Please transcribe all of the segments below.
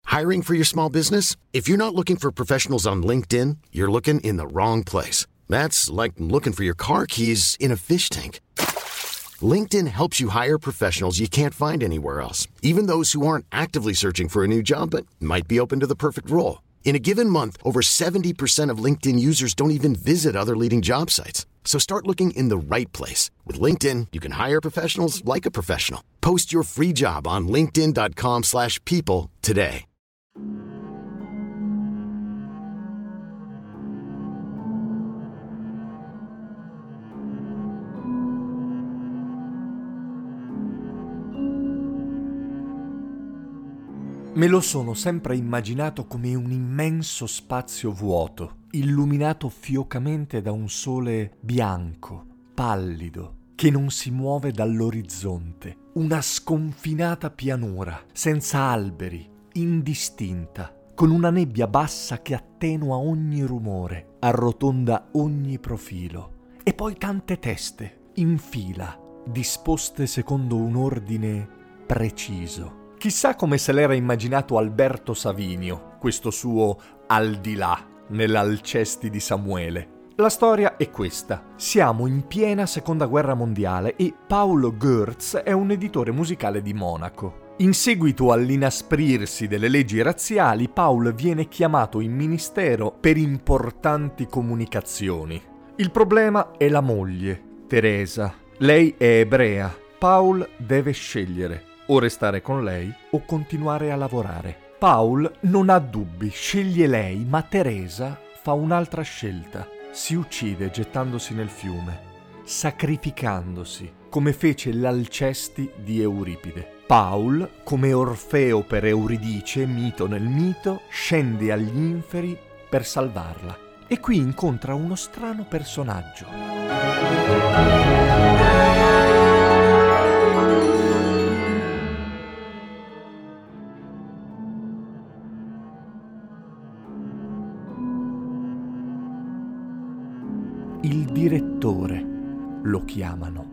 Hiring for your small business? If you're not looking for professionals on LinkedIn, you're looking in the wrong place. That's like looking for your car keys in a fish tank. LinkedIn helps you hire professionals you can't find anywhere else, even those who aren't actively searching for a new job but might be open to the perfect role. In a given month, over 70% of LinkedIn users don't even visit other leading job sites. So start looking in the right place. With LinkedIn, you can hire professionals like a professional. Post your free job on linkedin.com/people today. Me lo sono sempre immaginato come un immenso spazio vuoto, illuminato fiocamente da un sole bianco, pallido, che non si muove dall'orizzonte. Una sconfinata pianura, senza alberi, indistinta, con una nebbia bassa che attenua ogni rumore, arrotonda ogni profilo. E poi tante teste, in fila, disposte secondo un ordine preciso. Chissà come se l'era immaginato Alberto Savinio, questo suo al di là, nell'Alcesti di Samuele. La storia è questa. Siamo in piena Seconda Guerra Mondiale e Paul Goertz è un editore musicale di Monaco. In seguito all'inasprirsi delle leggi razziali, Paul viene chiamato in ministero per importanti comunicazioni. Il problema è la moglie, Teresa. Lei è ebrea. Paul deve scegliere o restare con lei o continuare a lavorare. Paul non ha dubbi, sceglie lei, ma Teresa fa un'altra scelta. Si uccide gettandosi nel fiume, sacrificandosi, come fece l'Alcesti di Euripide. Paul, come Orfeo per Euridice, mito nel mito, scende agli inferi per salvarla. E qui incontra uno strano personaggio. Il direttore, lo chiamano.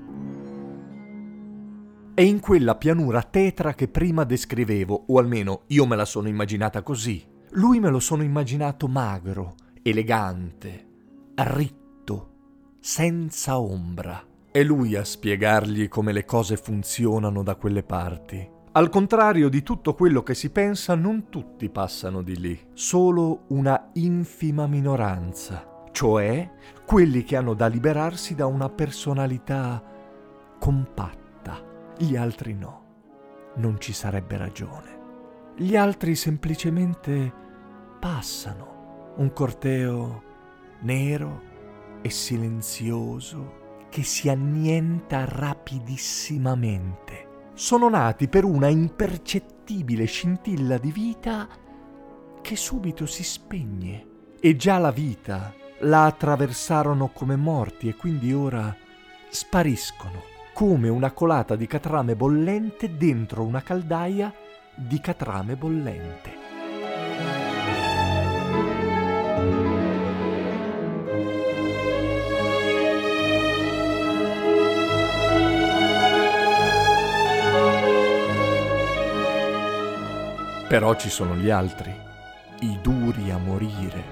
È in quella pianura tetra che prima descrivevo, o almeno io me la sono immaginata così. Lui me lo sono immaginato magro, elegante, ritto, senza ombra. È lui a spiegargli come le cose funzionano da quelle parti. Al contrario di tutto quello che si pensa, non tutti passano di lì, solo una infima minoranza. Cioè quelli che hanno da liberarsi da una personalità compatta. Gli altri no. Non ci sarebbe ragione. Gli altri semplicemente passano. Un corteo nero e silenzioso che si annienta rapidissimamente. Sono nati per una impercettibile scintilla di vita che subito si spegne. E già la vita la attraversarono come morti e quindi ora spariscono, come una colata di catrame bollente dentro una caldaia di catrame bollente. Però ci sono gli altri, i duri a morire.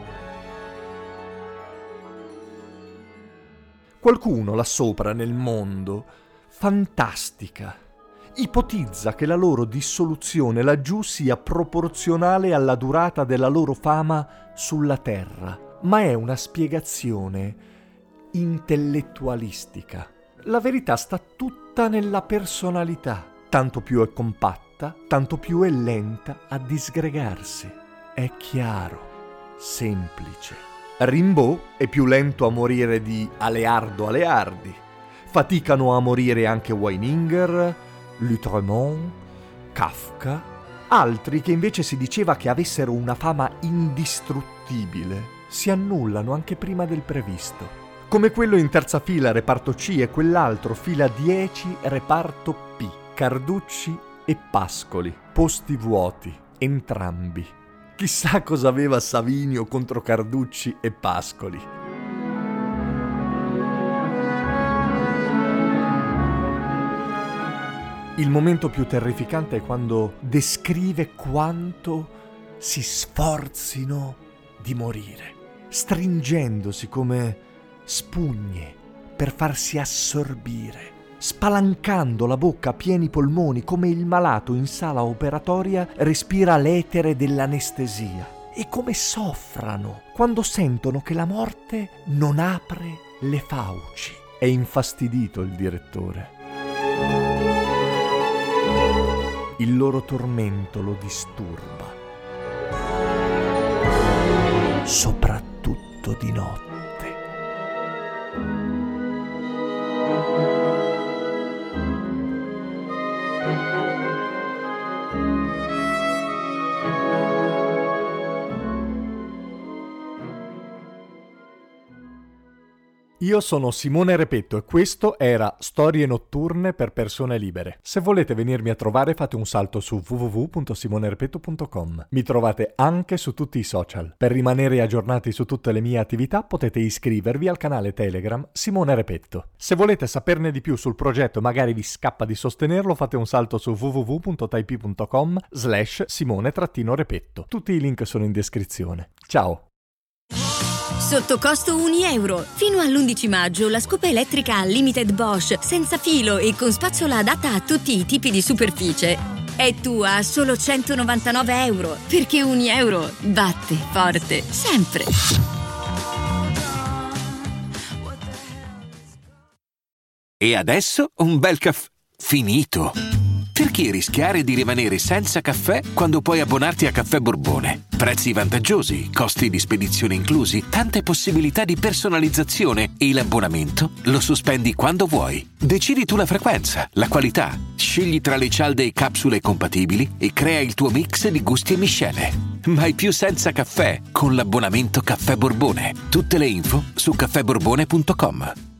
Qualcuno là sopra nel mondo fantastica, ipotizza che la loro dissoluzione laggiù sia proporzionale alla durata della loro fama sulla terra, ma è una spiegazione intellettualistica. La verità sta tutta nella personalità, tanto più è compatta, tanto più è lenta a disgregarsi. È chiaro, semplice. Rimbaud è più lento a morire di Aleardo Aleardi. Faticano a morire anche Weininger, Lutremont, Kafka, altri che invece si diceva che avessero una fama indistruttibile, si annullano anche prima del previsto. Come quello in terza fila reparto C e quell'altro fila 10 reparto P. Carducci e Pascoli, posti vuoti, entrambi. Chissà cosa aveva Savinio contro Carducci e Pascoli. Il momento più terrificante è quando descrive quanto si sforzino di morire, stringendosi come spugne per farsi assorbire, spalancando la bocca a pieni polmoni come il malato in sala operatoria respira l'etere dell'anestesia, e come soffrano quando sentono che la morte non apre le fauci. È infastidito il direttore. Il loro tormento lo disturba, soprattutto di notte. Io sono Simone Repetto e questo era Storie notturne per persone libere. Se volete venirmi a trovare fate un salto su www.simonerepetto.com. Mi trovate anche su tutti i social. Per rimanere aggiornati su tutte le mie attività potete iscrivervi al canale Telegram Simone Repetto. Se volete saperne di più sul progetto e magari vi scappa di sostenerlo fate un salto su www.type.com/Simone-Repetto. Tutti i link sono in descrizione. Ciao! Sotto costo €1. Fino all'11 maggio la scopa elettrica Unlimited Bosch senza filo e con spazzola adatta a tutti i tipi di superficie è tua a solo €199, perché €1 batte forte sempre. E adesso un bel caffè finito. Perché rischiare di rimanere senza caffè quando puoi abbonarti a Caffè Borbone? Prezzi vantaggiosi, costi di spedizione inclusi, tante possibilità di personalizzazione e l'abbonamento lo sospendi quando vuoi. Decidi tu la frequenza, la qualità, scegli tra le cialde e capsule compatibili e crea il tuo mix di gusti e miscele. Mai più senza caffè con l'abbonamento Caffè Borbone. Tutte le info su caffèborbone.com.